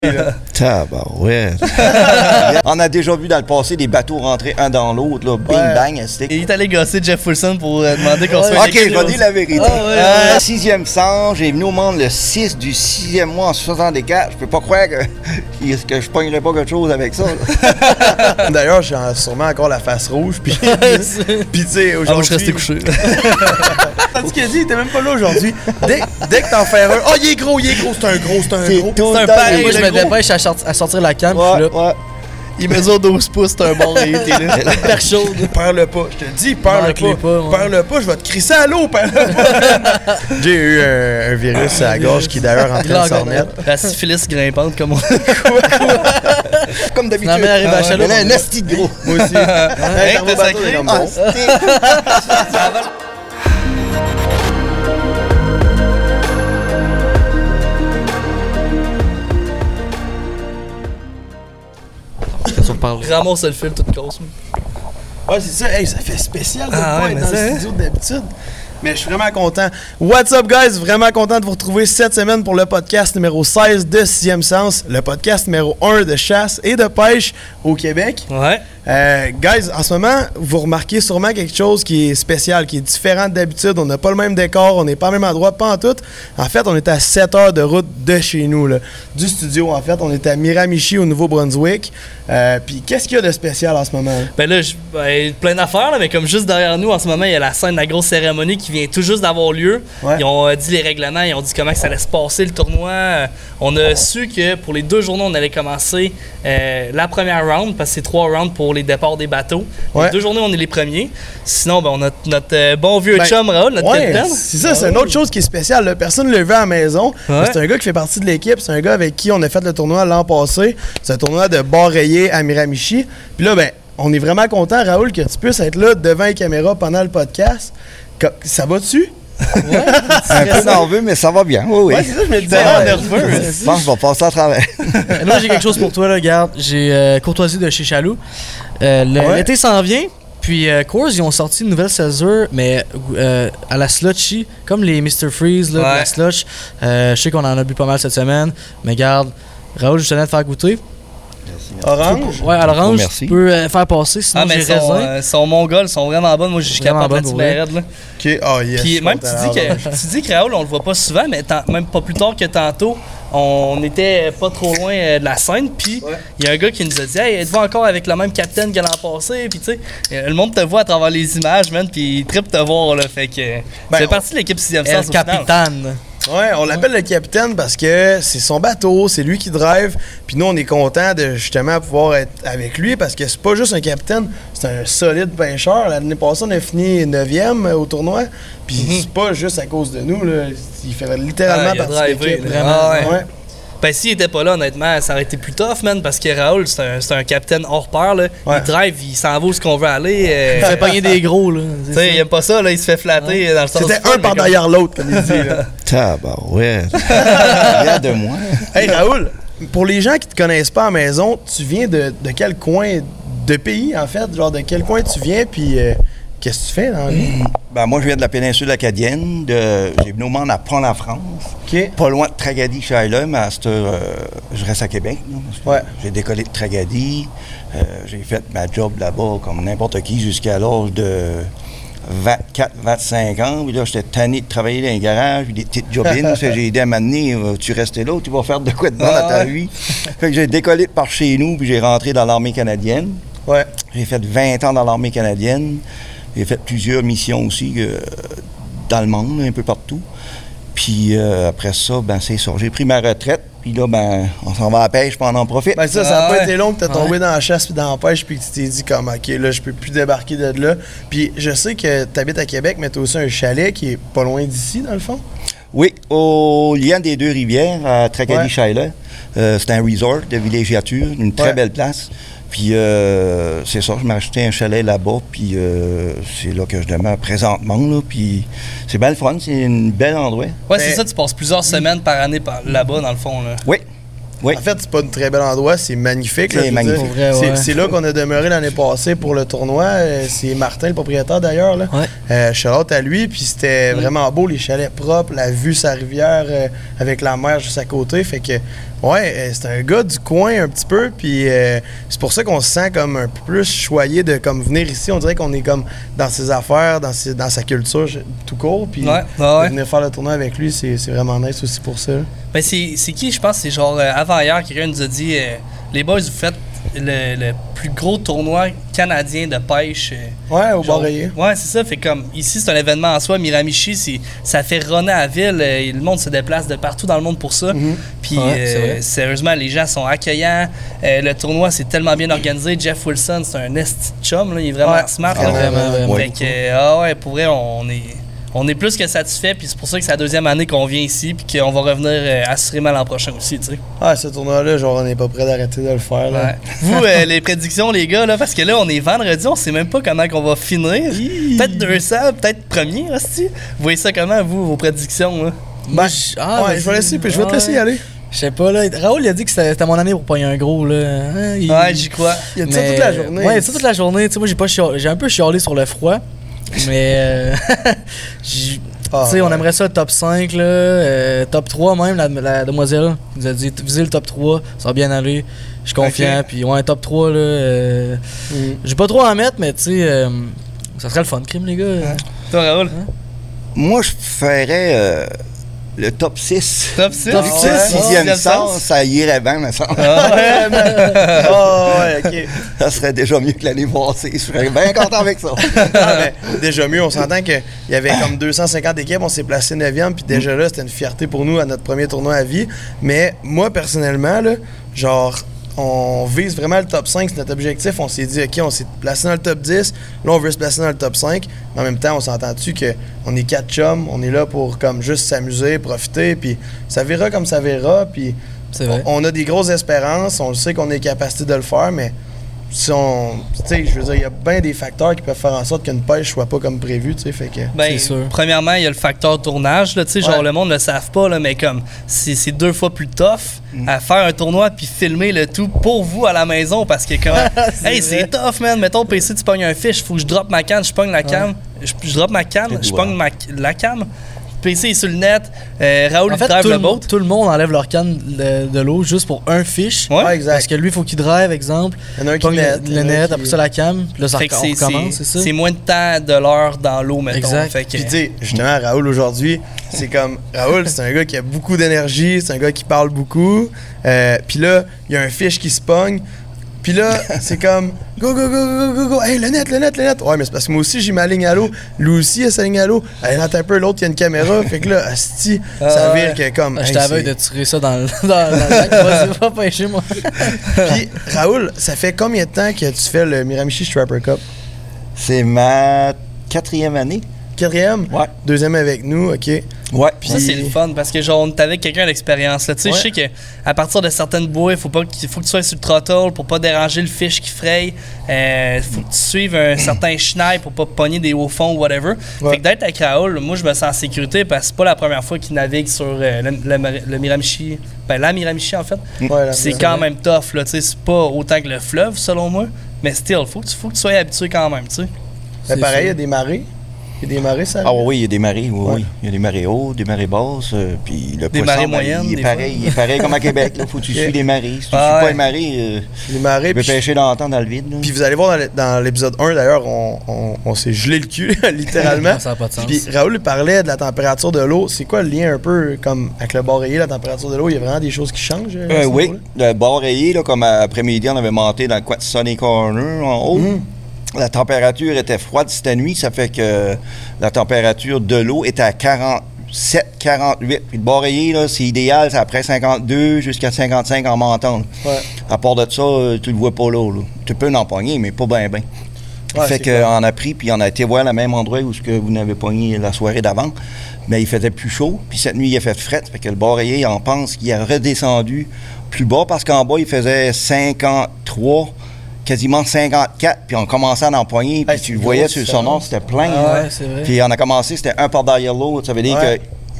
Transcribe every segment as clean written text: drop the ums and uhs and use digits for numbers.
Tabarouette. On a déjà vu dans le passé des bateaux rentrer un dans l'autre, là, bing bang, stick. Il est allé gosser Jeff Wilson pour demander qu'on se fasse. Ok, je vais dire la vérité. Sixième sens, j'ai venu au monde le 6 du 6e mois en 64. Je peux pas croire que je pognerais pas quelque chose avec ça. D'ailleurs, j'ai sûrement encore la face rouge. Puis tu sais, aujourd'hui. Je suis resté couché. Tandis qu'il a dit, il était même pas là aujourd'hui. Dès que t'en fais un. Oh, il est gros, c'est un gros. C'est un père. Moi, je me dépêche à sortir la canne. Ouais. Il mesure 12 pouces, c'est un bon réalité. Hyper chaud. Perds-le pas, je te le dis, perds-le pas. Perds-le pas, je vais te crisser à l'eau, J'ai eu un virus à la gorge qui est d'ailleurs en train de s'en remettre. La syphilis grimpante, comme on Comme d'habitude. Non, mais arrive à Chalot. Un asti de gros. Moi aussi. T'es sacré. Ramasse le fil, toute cause. Ouais, c'est ça. Hey, ça fait spécial de pas être dans le ça, studio d'habitude. Mais je suis vraiment content. What's up, guys? Vraiment content de vous retrouver cette semaine pour le podcast numéro 16 de Sixième Sens, le podcast numéro 1 de chasse et de pêche au Québec. Ouais. Guys, en ce moment, vous remarquez sûrement quelque chose qui est spécial, qui est différent d'habitude. On n'a pas le même décor, on n'est pas au même endroit, pas en tout. En fait, on est à 7 heures de route de chez nous, là, du studio. En fait, on est à Miramichi, au Nouveau-Brunswick. Puis, qu'est-ce qu'il y a de spécial en ce moment? Ben là, plein d'affaires, là, mais comme juste derrière nous, en ce moment, il y a la scène de la grosse cérémonie qui vient tout juste d'avoir lieu. Ouais. Ils ont dit les règlements, ils ont dit comment que ça allait se passer le tournoi. On a su que pour les 2 journées, on allait commencer la première round, parce que c'est 3 rounds pour les départs des bateaux. Ouais. Les 2 journées, on est les premiers. Sinon, ben, on a notre bon vieux chum, Raoul, notre capitaine. C'est ça, c'est une autre chose qui est spéciale. Là. Personne ne le vu à la maison. Ouais. C'est un gars qui fait partie de l'équipe. C'est un gars avec qui on a fait le tournoi l'an passé. C'est un tournoi de bar rayé à Miramichi. Puis là, ben, on est vraiment content, Raoul, que tu puisses être là devant les caméras pendant le podcast. Ça va-tu? Ouais, Un peu nerveux, mais ça va bien. Oui. Ouais, c'est ça, je me disais. nerveux. Je pense que je vais passer à travers. Là, j'ai quelque chose pour toi, là, regarde. J'ai Courtoisie de chez Chaloux. L'été s'en vient. Puis Coors, ils ont sorti une nouvelle césure, mais à la slushy, comme les Mr. Freeze, là, la slush. Je sais qu'on en a bu pas mal cette semaine, mais regarde, Raoul, je tenais de faire goûter. Orange? Ouais, à l'orange, merci. tu peux faire passer, sinon j'ai raisin. Sont mongols, sont vraiment bonnes. Moi, je suis capable de la timarette, là. OK, oh yes. Puis même, tu dis que Raoul, on le voit pas souvent, mais même pas plus tard que tantôt, on était pas trop loin de la scène, puis il y a un gars qui nous a dit « Hey, êtes-vous encore avec le même capitaine que l'an passé? » Puis tu sais, le monde te voit à travers les images, man, puis il trippe te voir, là. Fait que c'est parti de l'équipe 6e sens au final. Capitaine. Ouais, on l'appelle le capitaine parce que c'est son bateau, c'est lui qui drive. Puis nous, on est content de justement pouvoir être avec lui parce que c'est pas juste un capitaine, c'est un solide pêcheur. L'année passée, on a fini 9e au tournoi. Puis c'est pas juste à cause de nous, là. Il fait littéralement partie de l'équipe. Vraiment. Ouais. Ben, s'il était pas là, honnêtement, ça aurait été plus tough, man, parce que Raoul, c'est un capitaine hors pair, là. Ouais. Il drive, il s'en va où ce qu'on veut aller. Il fait pogner des gros, là. Tu sais, il aime pas ça, là, il se fait flatter dans le sens. C'était un par derrière l'autre, comme il dit. Là. Tabarouette. Rien de moi. Hey Raoul, pour les gens qui te connaissent pas à la maison, tu viens de quel coin de pays, en fait? Genre, de quel coin tu viens, puis qu'est-ce que tu fais dans la vie? Ben, moi, je viens de la péninsule acadienne. J'ai venu au monde à Pont-la-France. OK. Pas loin de Tragady-Shiloh, mais à cette heure, je reste à Québec. Là, parce que j'ai décollé de Tragady. J'ai fait ma job là-bas comme n'importe qui jusqu'à l'âge de 24-25 ans. Puis là, j'étais tanné de travailler dans un garage, puis des petites jobines. J'ai aidé à m'amener. Tu restais là ou tu vas faire de quoi de bon dans ta vie? Fait que j'ai décollé de par chez nous, puis j'ai rentré dans l'armée canadienne. Ouais. J'ai fait 20 ans dans l'armée canadienne. J'ai fait plusieurs missions aussi dans le monde, un peu partout. Puis après ça, ben c'est ça. J'ai pris ma retraite. Puis là, ben, on s'en va à la pêche, puis on en profite. Ben ça n'a pas été long que t'as tombé dans la chasse puis dans la pêche, puis que tu t'es dit comme, OK, là, je peux plus débarquer de là. Puis je sais que t'habites à Québec, mais t'as aussi un chalet qui est pas loin d'ici, dans le fond. Oui, au lien des Deux-Rivières, à Tracadie-Shiloh. C'est un resort de villégiature, une très belle place. Puis c'est ça, je m'ai acheté un chalet là-bas, puis c'est là que je demeure présentement, là. Puis c'est bien le fun, c'est un bel endroit. Ouais, c'est ça, tu passes plusieurs semaines par année là-bas, dans le fond, là. Oui. Oui. En fait, c'est pas un très bel endroit, c'est magnifique. C'est magnifique. C'est là qu'on a demeuré l'année passée pour le tournoi. C'est Martin, le propriétaire d'ailleurs. Shout-out à lui, puis c'était vraiment beau, les chalets propres, la vue sur la rivière avec la mer juste à côté. Fait que Ouais, c'est un gars du coin un petit peu, puis c'est pour ça qu'on se sent comme un peu plus choyé de comme venir ici. On dirait qu'on est comme dans ses affaires, dans sa culture tout court, puis de venir faire le tournoi avec lui, c'est vraiment nice aussi pour ça. Ben c'est qui, je pense, c'est genre avant-hier, quelqu'un nous a dit les boys, vous faites le plus gros tournoi canadien de pêche. Ouais, au Bord-Rayé. Ouais, c'est ça. Fait comme ici, c'est un événement en soi. Miramichi, ça fait runner à la ville. Le monde se déplace de partout dans le monde pour ça. Puis sérieusement, les gens sont accueillants. Le tournoi, c'est tellement bien organisé. Jeff Wilson, c'est un esti de chum. Là. Il est vraiment smart. Vraiment. Fait que, pour vrai, on est plus que satisfait, puis c'est pour ça que c'est la deuxième année qu'on vient ici, puis qu'on va revenir assurément l'an prochain aussi, tu sais. Ah, ce tournoi-là, genre, on n'est pas prêt d'arrêter de le faire, là. Ouais. Vous, les prédictions, les gars, là, parce que là, on est vendredi, on sait même pas comment qu'on va finir. Peut-être 200, peut-être premier, hostie. Vous voyez ça comment, vous, vos prédictions, là? Ben, je vais laisser, puis je vais te laisser y aller. Je sais pas, là. Raoul, il a dit que c'était mon année pour pogner un gros, là. Hein, ouais, j'y crois. Il a dit ça toute la journée. Ouais, il a dit ça toute la journée. Tu sais, moi, j'ai un peu chialé sur le froid. Mais, on aimerait ça top 5, là, top 3 même, la demoiselle nous a dit visez le top 3, ça va bien aller, je suis confiant, puis ouais, top 3, là, j'ai pas trop à en mettre, mais tu sais, ça serait le fun, crime, les gars. Toi, Raoul? Moi, je ferais le top 6. Top 6? Top 6, sixième sens, ça irait bien, me semble. Ouais, ok. Ça serait déjà mieux que l'année passée. Je serais bien content avec ça. Déjà mieux, on s'entend qu'il y avait comme 250 équipes, on s'est placé 9e, puis déjà là, c'était une fierté pour nous à notre premier tournoi à vie. Mais moi, personnellement, là, genre, on vise vraiment le top 5, c'est notre objectif. On s'est dit, OK, on s'est placé dans le top 10, là, on veut se placer dans le top 5. Mais en même temps, on s'entend-tu qu'on est 4 chums, on est là pour comme juste s'amuser, profiter, puis ça verra comme ça verra, puis on a des grosses espérances, on le sait qu'on a les capacités de le faire, mais si on, tu sais, je veux dire, il y a bien des facteurs qui peuvent faire en sorte qu'une pêche soit pas comme prévu, tu sais, fait que... Ben, c'est sûr. Premièrement, il y a le facteur tournage, là, tu sais, genre le monde ne le savent pas, là, mais comme, c'est 2 fois plus tough à faire un tournoi puis filmer le tout pour vous à la maison, parce que comme, hey, c'est tough, man, mettons, PC, tu pognes un fish, faut que je drop ma canne, je pogne la canne, je drop ma canne, je pogne la canne, PC est sur le net, Raoul drive le boat. Tout le monde enlève leur canne de l'eau juste pour un fish. Ouais, exact. Parce que lui, il faut qu'il drive, exemple. Il y en a un qui le net, après ça la cam, puis là, ça recommence, c'est ça? C'est moins de temps de l'heure dans l'eau, mettons. Exact. Puis tu sais, justement, Raoul aujourd'hui, c'est comme... Raoul, c'est un gars qui a beaucoup d'énergie, c'est un gars qui parle beaucoup. Puis là, il y a un fish qui se pogne. Puis là, c'est comme go, go, go, go, go, go. Hey, le net. Ouais, mais c'est parce que moi aussi, j'ai ma ligne à l'eau. Lui aussi, il a sa ligne à l'eau. Hey, attends un peu, l'autre, il y a une caméra. Fait que là, asti, ça vire que comme. Je t'avais de tirer ça dans le lac. Vas-y, va pêcher, moi. Puis, Raoul, ça fait combien de temps que tu fais le Miramichi Strapper Cup? C'est ma 4e année. 4e? Ouais. 2e avec nous, OK. Ouais. Puis ça, c'est le fun parce que genre, on est avec quelqu'un d'expérience. Tu sais, je sais qu'à partir de certaines bouées, il faut que tu sois sur le throttle pour pas déranger le fish qui fraye. Faut que tu suives un certain schneid pour pas pogner des hauts fonds ou whatever. Fait que d'être avec Raoul, moi, je me sens en sécurité parce que c'est pas la première fois qu'il navigue sur le Miramichi. Ben, la Miramichi, en fait. Ouais, c'est quand même tough, là. Tu sais, c'est pas autant que le fleuve, selon moi. Mais still, faut que tu sois habitué quand même, tu sais. C'est pareil, il y a des marées. Il y a des marées, ça? Ah oui, il y a des marées, oui. Il y a des marées hautes, des marées basses, puis le des poisson, marées moyennes, il est pareil comme à Québec. Là. Faut que tu suis les marées. Si tu suis pas les marées, tu peux pêcher longtemps dans le vide. Là. Puis vous allez voir dans l'épisode 1, d'ailleurs, on s'est gelé le cul, littéralement. Ça n'a pas de sens. Puis Raoul parlait de la température de l'eau. C'est quoi le lien un peu comme avec le bord rayé, la température de l'eau? Il y a vraiment des choses qui changent? Oui, le bord rayé, là, comme après-midi, on avait monté dans le coin de Sunny Corner en haut. La température était froide cette nuit, ça fait que la température de l'eau était à 47, 48. Puis le bord rayé, là, c'est idéal, c'est après 52 jusqu'à 55 en montant. Ouais. À part de ça, tu le vois pas là. Tu peux en pogner, mais pas bien. Ouais, fait qu'on a pris, puis on a été voir le même endroit où que vous n'avez pogné la soirée d'avant. Mais il faisait plus chaud, puis cette nuit, il a fait fret. Fait que le bord rayé, on pense qu'il a redescendu plus bas, parce qu'en bas, il faisait 53, quasiment 54, puis on commençait à en poigner, puis tu le voyais sur le sonar, c'était plein. Ah ouais, c'est vrai. Puis on a commencé, c'était un par derrière l'autre. Ça veut dire que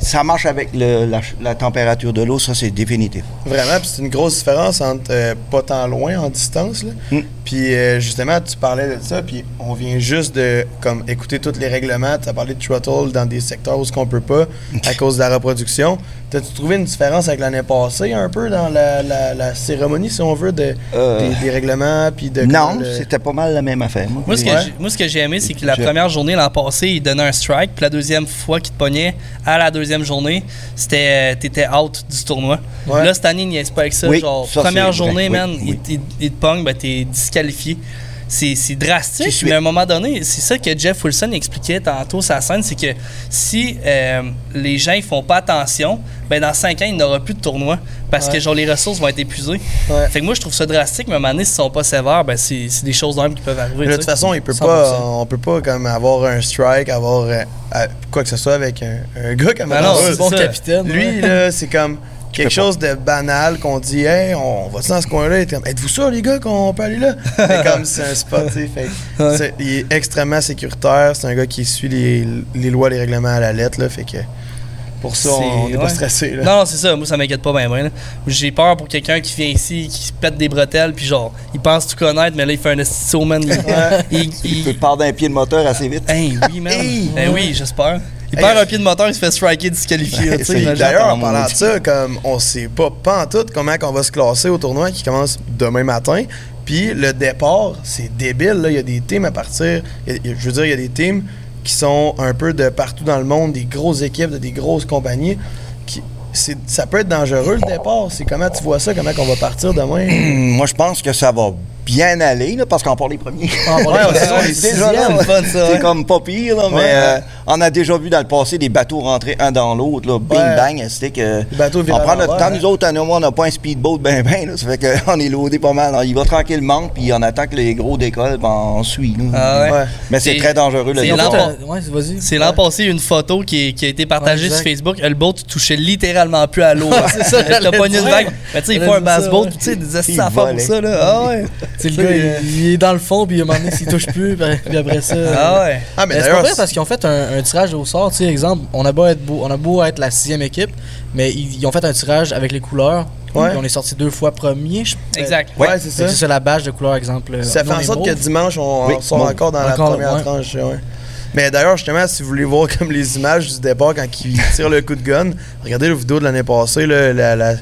ça marche avec la température de l'eau, ça c'est définitif. Vraiment, puis c'est une grosse différence entre pas tant loin en distance. Puis justement, tu parlais de ça, puis on vient juste de comme écouter tous les règlements. Tu as parlé de throttle dans des secteurs où on peut pas à cause de la reproduction. T'as-tu trouvé une différence avec l'année passée un peu dans la cérémonie, si on veut, des règlements? Puis de non, c'était pas mal la même affaire. Moi, ce que j'ai aimé, c'est que la première journée l'an passé, il donnait un strike, puis la deuxième fois qu'il te pognait, à la deuxième journée, t'étais out du tournoi. Ouais. Là, cette année, il n'y a pas avec ça. Genre, ça, première journée, man, il te pogne, ben, t'es disqualifié. C'est drastique, mais à un moment donné, c'est ça que Jeff Wilson expliquait tantôt sur la scène, c'est que si les gens ne font pas attention, ben dans 5 ans, il n'y aura plus de tournoi parce que genre les ressources vont être épuisées. Ouais. Fait que moi, je trouve ça drastique, mais à un moment donné, s'ils ne sont pas sévères, ben c'est des choses même qui peuvent arriver. De toute façon, on peut pas comme avoir un strike, avoir quoi que ce soit avec un gars comme un bon capitaine. Lui, là, c'est comme... quelque chose de banal qu'on dit, hey, on va dans ce coin-là. Êtes-vous sûrs, les gars, qu'on peut aller là? C'est comme c'est un spot, tu sais. Il est extrêmement sécuritaire. C'est un gars qui suit les lois, les règlements à la lettre, là. Fait que pour ça, on n'est pas stressé. Là. Non, c'est ça. Moi, ça m'inquiète pas bien. J'ai peur pour quelqu'un qui vient ici, qui se pète des bretelles, puis genre, il pense tout connaître, mais là, il fait un esti man. Il peut perdre un pied de moteur assez vite. Hey, oui, man. Oui, j'espère. Il perd un pied de moteur, il se fait striker, disqualifié. D'ailleurs, en parlant de ça, comme on sait pas en tout comment on va se classer au tournoi qui commence demain matin. Puis le départ, c'est débile. Là. Il y a des teams à partir. Je veux dire, il y a des teams qui sont un peu de partout dans le monde, des grosses équipes, de des grosses compagnies. Ça peut être dangereux le départ. C'est comment tu vois ça, comment on va partir demain? Moi, je pense que ça va bien aller, là, parce qu'on part les premiers. C'est comme pas pire, là, mais on a déjà vu dans le passé des bateaux rentrer un dans l'autre, là, bing bang, c'était que on prend notre temps, nous autres, on n'a pas un speedboat ben, là, ça fait qu'on est loadé pas mal, on y va tranquillement, puis on attend que les gros décollent, ben on suit. Mais c'est très dangereux. C'est l'an passé une photo qui a été partagée sur Facebook, le boat touchait littéralement plus à l'eau. C'est ça, t'as pogné une vague. Mais tu sais, il faut un bass boat, tu sais, des assises à faire pour ça, là. Ah ouais. Le gars, il est dans le fond, puis à un moment donné, s'il touche plus, puis après ça. Mais c'est pas vrai parce qu'ils ont fait un tirage au sort. Tu sais, exemple, on a beau être la 6e équipe, mais ils ont fait un tirage avec les couleurs. Puis on est sorti 2 fois premier. Exact. Ouais, c'est ça. C'est ça la badge de couleur, exemple. Ça fait en sorte que dimanche, on sort encore dans la première tranche. Mais d'ailleurs, justement, si vous voulez voir comme les images du départ quand il tire le coup de gun, regardez la vidéo de l'année passée, là,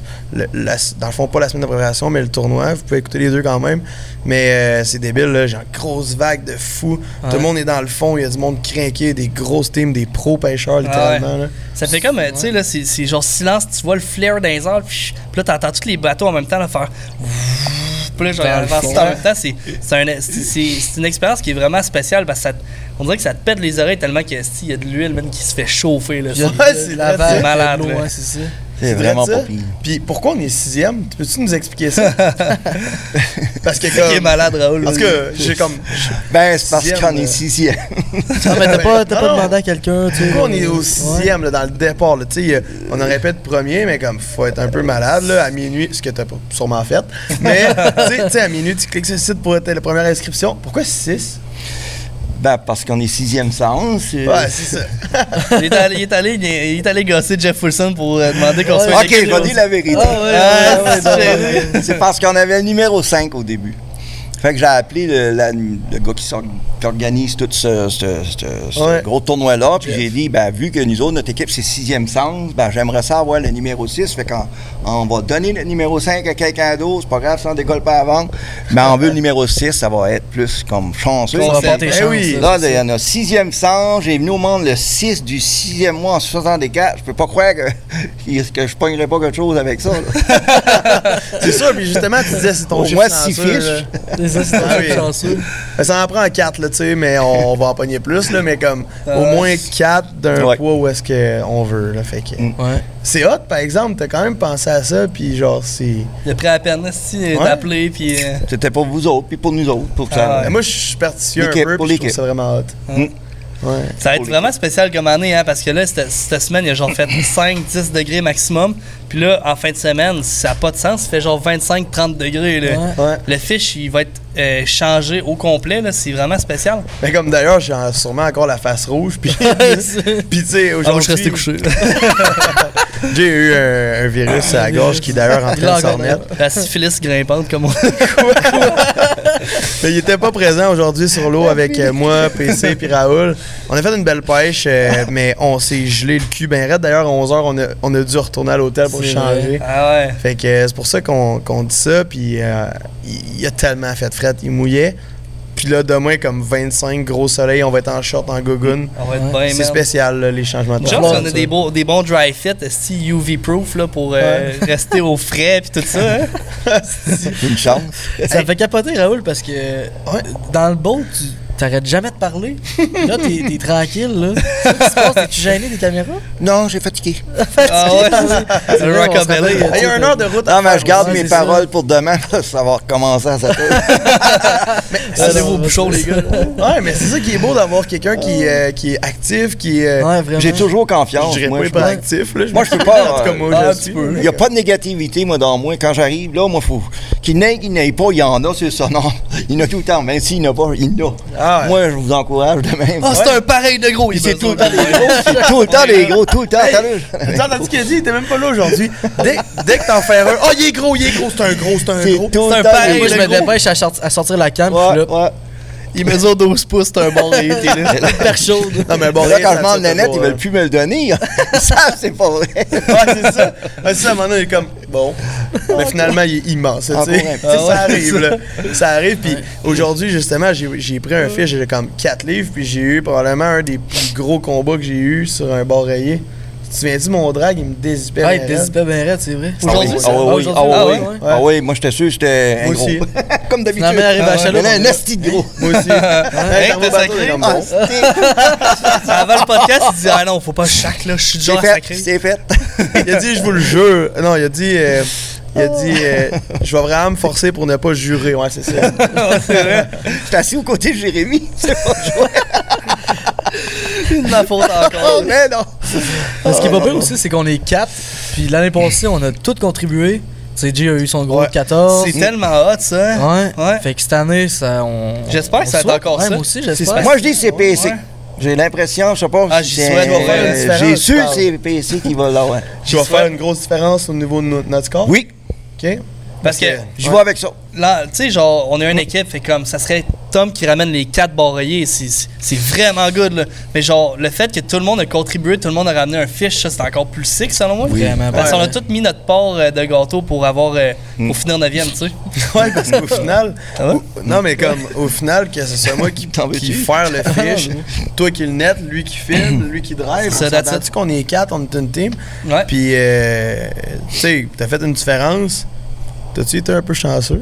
dans le fond, pas la semaine de préparation, mais le tournoi. Vous pouvez écouter les deux quand même. Mais c'est débile, là, j'ai une grosse vague de fous. Tout le monde est dans le fond, il y a du monde craqué, des grosses teams, des pros pêcheurs, littéralement. Là. Ça fait comme, tu sais, là, c'est genre silence, tu vois le flare dans les airs, puis là, t'entends tous les bateaux en même temps là, faire... Puis là, genre, en même temps, c'est une expérience qui est vraiment spéciale parce que on dirait que ça te pète les oreilles tellement qu'il y a de l'huile même qui se fait chauffer. Là. C'est malade. C'est ça. C'est vraiment pas pire. Puis pourquoi on est 6e? Peux-tu nous expliquer ça? Parce que comme... Qui est malade, Raoul. Parce que j'ai comme... Ben, c'est parce qu'on est 6e. Non, mais t'as pas demandé à quelqu'un, tu sais. Pourquoi on est au 6e, là, dans le départ, là? Tu sais, on aurait pu être premier, mais comme, faut être un peu malade, là, à minuit, ce que t'as sûrement fait. Mais, tu sais, à minuit, tu cliques sur le site pour être la première inscription. Pourquoi 6? Ben, parce qu'on est 6e sens. Ouais, c'est ça. il est allé gosser Jeff Wilson pour demander qu'on soit... Ok, je vais dire la vérité. C'est parce qu'on avait le numéro 5 au début. Fait que j'ai appelé le gars qui organise tout ce gros tournoi-là, puis j'ai dit, ben, vu que nous autres, notre équipe, c'est 6e sens, ben, j'aimerais ça avoir le numéro 6, fait qu'on va donner le numéro 5 à quelqu'un d'autre, c'est pas grave si on décolle pas avant, mais on veut le numéro 6, ça va être plus comme chanceux. Ça va porter chance. Là, il y en a 6e sens, j'ai venu au monde le 6 du 6e mois en 64, je peux pas croire que je pognerais pas quelque chose avec ça. C'est sûr, puis justement, tu disais, c'est ton chiffre moi, 6 fiches. Ça, c'est un chanceux. Ça en prend 4, là, tu sais, mais on va en pogner plus, là, mais comme au moins 4 d'un poids où est-ce qu'on veut, là, fait que... C'est hot, par exemple, t'as quand même pensé à ça, puis genre, c'est... Il a pris la peine, d'appeler, puis... C'était pour vous autres, puis pour nous autres, pour ça. Moi, je suis parti un peu, puis je trouve ça vraiment hot. Ça va être vraiment spécial comme année, hein, parce que là, cette semaine, il a genre fait 5-10 degrés maximum. Puis là, en fin de semaine, ça n'a pas de sens, il fait genre 25-30 degrés. Là. Ouais. Le fish, il va être changé au complet, là, c'est vraiment spécial. Mais comme d'ailleurs, j'ai sûrement encore la face rouge. Puis tu sais, aujourd'hui. Je restais couché. J'ai eu un virus à la gorge qui d'ailleurs en train de s'en remettre. La syphilis grimpante, comme on Mais il était pas présent aujourd'hui sur l'eau avec moi, PC et Raoul. On a fait une belle pêche, mais on s'est gelé le cul bien raide. D'ailleurs, à 11h, on a dû retourner à l'hôtel pour changer. Ah ouais. Fait que c'est pour ça qu'on dit ça. Puis il a tellement fait fret, il mouillait. Puis là, demain, comme 25 gros soleil, on va être en short, en gogoon. On va être bien, C'est spécial, là, les changements de Je temps. pense qu'on a des bons dry fit, UV-proof, là, pour rester au frais puis tout ça. Hein? Une chance. Ça me fait capoter, Raoul, parce que dans le boat, tu t'arrêtes jamais de parler. Là, t'es tranquille, là. Qu'est-ce qui se passe? T'es-tu gêné des caméras? Non, j'ai fatigué. Ah ouais, c'est le rockabilly. Il y a 1 heure de route à Non, mais faire, je garde ouais, mes c'est paroles pour demain, ça va recommencer à ça. Allez-vous au bouchon, les gars. Ouais, mais c'est ça qui est beau d'avoir quelqu'un qui est actif, qui Ouais, vraiment. J'ai toujours confiance. je dirais Moi, pas je hyper peux- actif, là. Moi, je peux pas. En tout cas, moi, un je petit suis. peu. Il n'y a pas de négativité, moi, dans moi. Quand j'arrive, là, moi, faut qu'il n'aille, qu'il n'aille pas, il y en a, c'est ça. Non, il y en a tout le temps. Même s'il n'y en a pas, il y en a. Ah ouais. Moi, je vous encourage de même. Ah, c'est un pareil de gros. C'est tout le temps des gros. C'est tout le temps des gros, tout le temps. Hey, Salut. t'as entendu ce qu'il a dit? Il était même pas là aujourd'hui. Dès que t'en fais un, oh, il est gros, c'est un gros, c'est un C'est gros. tout C'est un le temps pareil, des Moi, je me gros. dépêche à sortir la cam, puis Ouais, là, ouais. Il mesure 12 pouces, c'est un bon rayé, t'es là. hyper chaude. Non, mais bon, Là, quand je demande le net, ils veulent plus me le donner. Ça, c'est pas vrai. Ouais, c'est ça. Ouais, c'est ça, à un moment donné, il est comme, bon. Mais finalement, il est immense, Ah, tu sais. pour un Tu sais, ça arrive, là. Ça arrive, puis aujourd'hui, justement, j'ai pris un fish, j'ai comme 4 livres, puis j'ai eu probablement un des plus gros combats que j'ai eu sur un bord rayé. Tu te souviens-tu, mon drag, il me dézippait. Ouais, il bien te raide. dézippait bien raide, c'est vrai. Aujourd'hui, Ah ça? oui, ah oui, Aujourd'hui, ah oui, ah oui. ouais, ouais. Ah oui, moi, j'étais sûr que c'était un Moi gros. aussi. Comme d'habitude. Finalement, arrivé à Chalot, Il y en a un esti de gros. Moi aussi. Hey, Dans t'as mon bateau, sacré? il est comme, Ah, bon. Avant le podcast, il dit ah non, faut pas chaque là, je suis C'est déjà fait, sacré. c'est fait. Il a dit, je vous le jure. Non, il a dit, je vais vraiment me forcer pour ne pas jurer. Ouais, c'est ça. J'étais assis aux côtés de Jérémy. C'est pas joué. C'est de ma faute Oh, encore. mais non. Ce qui est pas pire aussi, c'est qu'on est 4. Puis l'année passée, on a tous contribué. Tu sais, Jay a eu son gros Ouais. 14. C'est tellement hot ça. Ouais. Ouais. Fait que cette année, ça. J'espère que ça va être encore ouais, ça. Moi aussi, j'espère. Moi, je dis que c'est PC. Ouais. J'ai l'impression, je sais pas. Ah, si j'y c'est- souhaite, on va faire une différence, J'ai tu su que parles. c'est PC qui va là, ouais. Tu vas faire une grosse différence au niveau de notre score? Oui, OK. Parce que je vais avec ça. là, tu sais, genre, on a une équipe, fait comme ça serait Tom qui ramène les 4 barreillés, c'est vraiment good, là. Mais genre, le fait que tout le monde a contribué, tout le monde a ramené un fish, ça c'est encore plus sick, selon moi. Vraiment. Parce qu'on a Ouais. tous mis notre part de gâteau pour avoir, pour finir 9e, tu sais. Ouais, parce qu'au final. va? Non, mais comme, au final, que ce soit moi qui T'en veux-tu? faire le fish, toi qui le net, lui qui filme, lui qui drive. Ça, On that's s'entend-tu qu'on est 4, on est une team? Ouais. Puis, tu sais, t'as fait une différence. T'as-tu été un peu chanceux?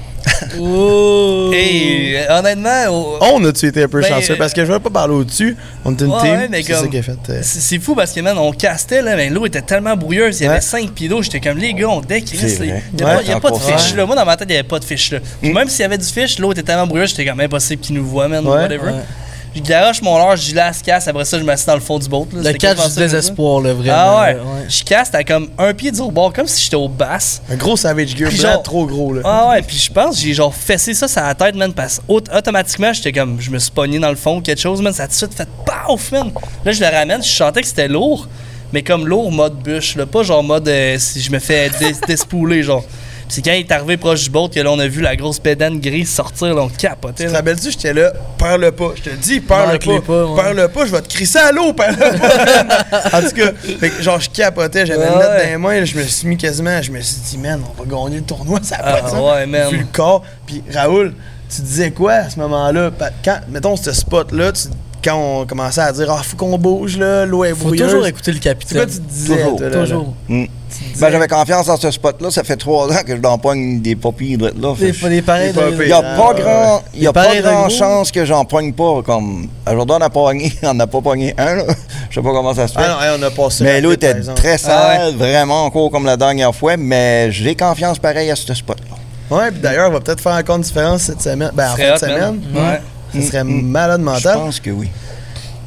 Oh! Et honnêtement, On a-tu été un peu Ben, chanceux? Parce que je vais pas parler au-dessus. On est une ouais, team. ouais, mais C'est ça comme- qui a fait. c'est fou parce que, man, on castait, là, mais l'eau était tellement brouilleuse, il y avait Ouais. 5 pieds d'eau, j'étais comme, les gars, on décrisse. C'est vrai. Il n'y a, Ouais, pas de encore fish, ça. là. Moi, dans ma tête, il n'y avait pas de fish, là. Puis même s'il y avait du fish, l'eau était tellement brouilleuse, j'étais comme, impossible qu'ils nous voient, man, ou Ouais. whatever. Ouais. Je garoche mon large, je la casse, après ça, je m'assieds dans le fond du boat. Là. Le C'était 4 quasiment du ça, désespoir, là, vraiment. Ah ouais. là, Je casse, t'as comme un pied du rebord, comme si j'étais au bass. Un gros Savage Gear Puis blanc genre- trop gros, là. Ah ouais, puis je pense que j'ai genre fessé ça sur la tête, man, parce que automatiquement, j'étais comme, je me suis pogné dans le fond ou quelque chose, man, ça a tout de suite fait paf, man. Là, je le ramène, je sentais que c'était lourd, mais comme lourd mode bûche, là, pas genre mode si je me fais despouler, genre. Puis c'est quand il est arrivé proche du boat que là, on a vu la grosse pédane grise sortir, là, on capotait. Tu te là. rappelles-tu, j'étais là, perds-le pas. Je te dis, perds-le Manque-les pas. pas, ouais. Perds-le pas, je vais te crisser à l'eau, perds-le pas. En tout cas, fait que, genre, je capotais, j'avais une Ouais, note ouais. dans les mains, là, je me suis mis quasiment, je me suis dit, man, on va gagner le tournoi, ça a pas de Ah, sens. ouais, man. Vu le corps. Puis Raoul, tu disais quoi à ce moment-là? Quand, mettons, ce spot-là, quand on commençait à dire, ah, faut qu'on bouge, là, l'eau est Faut brouilleuse. toujours écouter le C'est quoi capitaine. tu te disais, Toujours, toi, là, là? Toujours. Ben, j'avais confiance dans ce spot-là. Ça fait 3 ans que je n'empoigne des papilles là. Des pareils pas de. pire. Il n'y a pas grand, il y a Des pas pareils de grand gros. chance que j'en pogne pas. Comme aujourd'hui, on a pogné, on n'a pas pogné un. Là. Je sais pas comment ça se fait. Ah non, hey, on a passé. Mais l'eau rapide, était par exemple. très Ah sale, vraiment encore comme la dernière fois. Mais j'ai confiance pareil à ce spot-là. Ouais, puis d'ailleurs, on va peut-être faire encore une différence cette semaine. Ben, en Serait fin de hot, man. semaine. Ouais. Ça serait malade Je mental. pense que oui.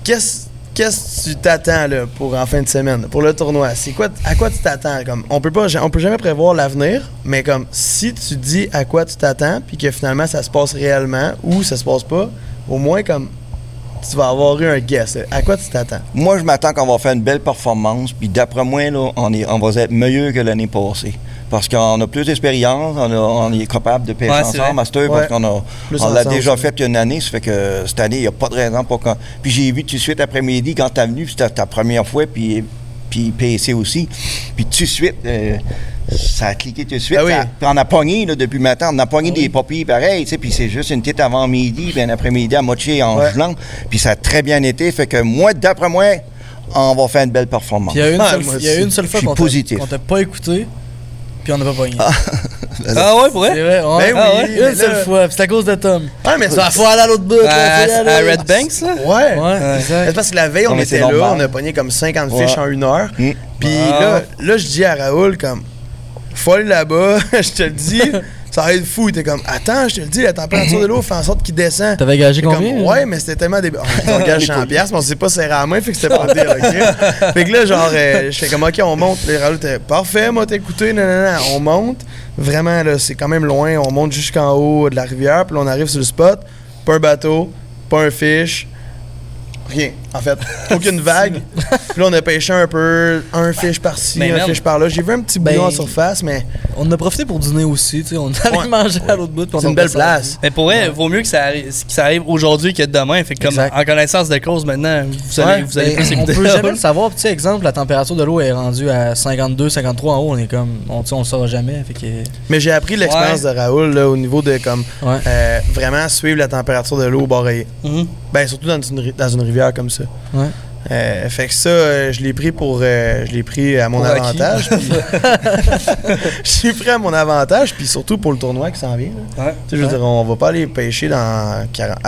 qu'est-ce que tu t'attends là, pour en fin de semaine, pour le tournoi? À quoi tu t'attends? Comme, on peut jamais prévoir l'avenir, mais comme si tu dis à quoi tu t'attends, puis que finalement ça se passe réellement ou ça se passe pas, au moins comme tu vas avoir eu un guess. À quoi tu t'attends? Moi, je m'attends qu'on va faire une belle performance, puis d'après moi, là, on va être mieux que l'année passée. Parce qu'on a plus d'expérience, on est capable de pêcher ensemble, Master, parce qu'on l'a déjà fait il y a une année, ça fait que cette année, il n'y a pas de raison pour qu'on... Puis j'ai vu tout de suite après-midi, quand tu es venu, c'était ta première fois, puis PC aussi, puis tout de suite... ça a cliqué tout de suite. Puis on a pogné là, depuis le matin. On a pogné des papiers pareils, puis c'est juste une petite avant-midi, puis un après-midi à moitié en gelant. Puis ça a très bien été. Fait que moi, d'après moi, on va faire une belle performance. Il y a une seule fois qu'on t'a pas écouté, puis on n'a pas pogné. Ah ouais, pour vrai? C'est vrai, une seule fois, puis c'est à cause de Tom. Ouais, mais ça faut aller à l'autre bout. À Red Banks, là? Ouais. Exact. C'est parce que la veille, on était là, on a pogné comme 50 fiches en 1 heure. Puis là, je dis à Raoul, comme, faut aller là-bas, je te le dis, ça va être fou. Il était comme, attends, je te le dis, la température de l'eau fait en sorte qu'il descend. T'avais gagé combien? Ouais, mais c'était tellement on gage 100$, mais on s'est pas serré à la main, fait que c'était pas dire, OK? Fait que là, genre, je fais comme, OK, on monte. Les Raoul était parfait, moi, t'as écouté, non. On monte. Vraiment, là, c'est quand même loin. On monte jusqu'en haut de la rivière, puis là, on arrive sur le spot. Pas un bateau, pas un fish. Rien, en fait. Aucune vague. Puis là, on a pêché un peu, un fish par-ci, un fish par-là. J'ai vu un petit bouillon en surface, mais... On en a profité pour dîner aussi, tu sais. On allait manger à l'autre bout. C'est une belle place. Mais pour vrai, vaut mieux que ça arrive aujourd'hui que demain. Fait que comme en connaissance de cause, maintenant, vous allez plus écouter. On peut jamais le savoir. Tu sais, exemple, la température de l'eau est rendue à 52, 53 en haut. On est comme... On le saura jamais. Fait que... Mais j'ai appris l'expérience de Raoul, là, au niveau de, comme... vraiment suivre la température de l'eau au bord. Ben, surtout dans une rivière comme ça. Ouais. Fait que ça, je l'ai pris à mon avantage. Je l'ai pris à mon avantage, puis surtout pour le tournoi qui s'en vient. Je veux dire, on va pas aller pêcher dans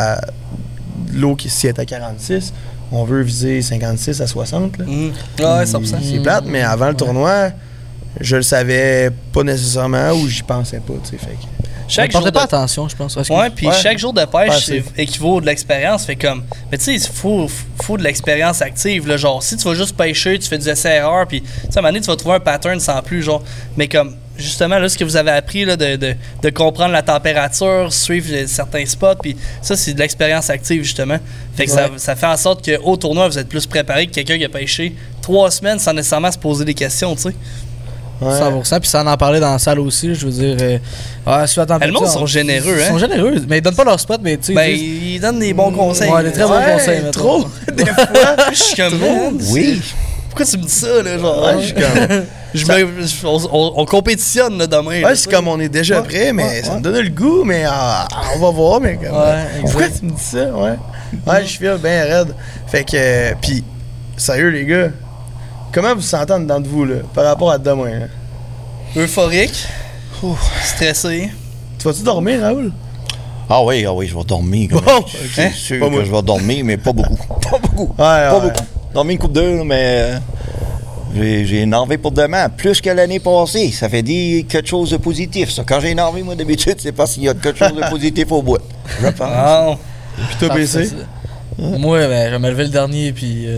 l'eau qui s'y est à 46. On veut viser 56 à 60. Là. Ouais, 100%. C'est plate, mais avant le tournoi, je le savais pas nécessairement ou j'y pensais pas. Fait que... Chaque jour pas attention, je pense. Ouais, puis chaque jour de pêche équivaut de l'expérience. Fait comme, mais tu sais, il faut de l'expérience active. Là, genre, si tu vas juste pêcher, tu fais des essais-erreurs, puis tu sais, à un moment donné, tu vas trouver un pattern sans plus. Genre, mais comme, justement, là, ce que vous avez appris, là, de comprendre la température, suivre certains spots, puis ça, c'est de l'expérience active, justement. Fait que ça fait en sorte qu'au tournoi, vous êtes plus préparé que quelqu'un qui a pêché 3 semaines sans nécessairement se poser des questions, tu sais. 100%, puis ça en parlait dans la salle aussi, je veux dire. Le monde sont généreux, hein? Ils sont généreux, mais ils donnent pas leur spot, mais tu sais. Ils donnent des bons conseils. Ouais, des très bons conseils, trop. Des fois, je suis comme. Oui. Pourquoi tu me dis ça, là? Genre, je suis comme. On compétitionne, là, demain. Ouais, c'est comme on est déjà prêt, mais ça me donne le goût, mais on va voir, mais comme. Pourquoi tu me dis ça? Ouais, je file bien raide. Fait que. Puis, sérieux, les gars. Comment vous vous sentez en dedans de vous, là, par rapport à demain? Hein? Euphorique. Stressé. Tu vas-tu dormir, Raoul? Ah oui, je vais dormir. C'est sûr que je vais dormir, mais pas beaucoup. Pas beaucoup. Pas beaucoup. Dormir une coupe d'heure, mais j'ai énervé pour demain. Plus que l'année passée. Ça fait dire quelque chose de positif. Ça. Quand j'ai énervé, moi, d'habitude, c'est parce qu'il y a quelque chose de positif au bout. Je pense. Puis toi, PC? Moi, je vais me lever le dernier, puis...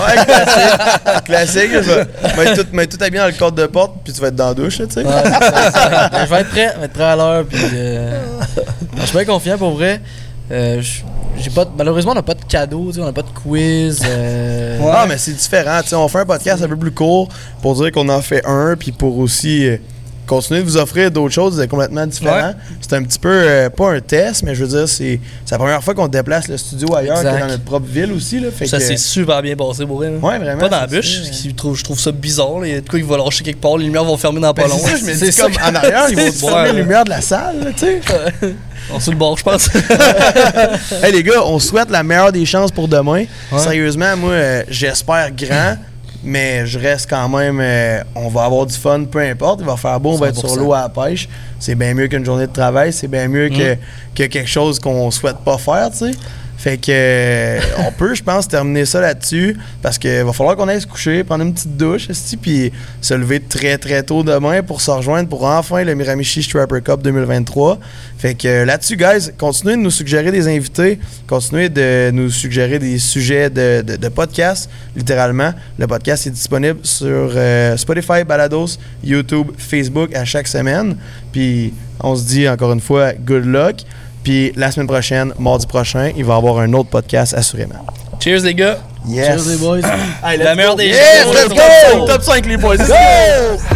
Classique. Je vais tout habillé dans le cadre de porte, puis tu vas être dans la douche, tu sais. Je vais être prêt à l'heure, puis... je suis bien confiant, pour vrai. Malheureusement, on n'a pas de cadeau, on n'a pas de quiz. Non, mais c'est différent. On fait un podcast un peu plus court pour dire qu'on en fait un, puis pour aussi... continuer de vous offrir d'autres choses complètement différentes. C'est un petit peu, pas un test, mais je veux dire, c'est la première fois qu'on déplace le studio ailleurs que dans notre propre ville aussi. Là, fait ça s'est super bien passé pour elle. Ouais, vraiment. Pas dans la bûche, je trouve ça bizarre. Il y a de quoi qui va lâcher quelque part, les lumières vont fermer dans pas long. C'est ça, je me dis comme en arrière, ils vont fermer les lumières de la salle, tu sais. On sur le bord, je pense. Hey les gars, on souhaite la meilleure des chances pour demain. Sérieusement, moi, j'espère grand. Mais je reste quand même, on va avoir du fun, peu importe. Il va faire beau, on va être sur l'eau à la pêche. C'est bien mieux qu'une journée de travail. C'est bien mieux que quelque chose qu'on souhaite pas faire, tu sais. Fait que on peut, je pense, terminer ça là-dessus parce qu'il va falloir qu'on aille se coucher, prendre une petite douche, puis se lever très très tôt demain pour se rejoindre pour enfin le Miramichi Strapper Cup 2023. Fait que là-dessus, guys, continuez de nous suggérer des invités, continuez de nous suggérer des sujets de podcast, littéralement. Le podcast est disponible sur Spotify, Balados, YouTube, Facebook à chaque semaine. Puis on se dit encore une fois, good luck. Puis la semaine prochaine, mardi prochain, il va y avoir un autre podcast assurément. Cheers les gars! Yes! Cheers les boys! La meilleure des Yes, let's go! Top 5 les boys! Go!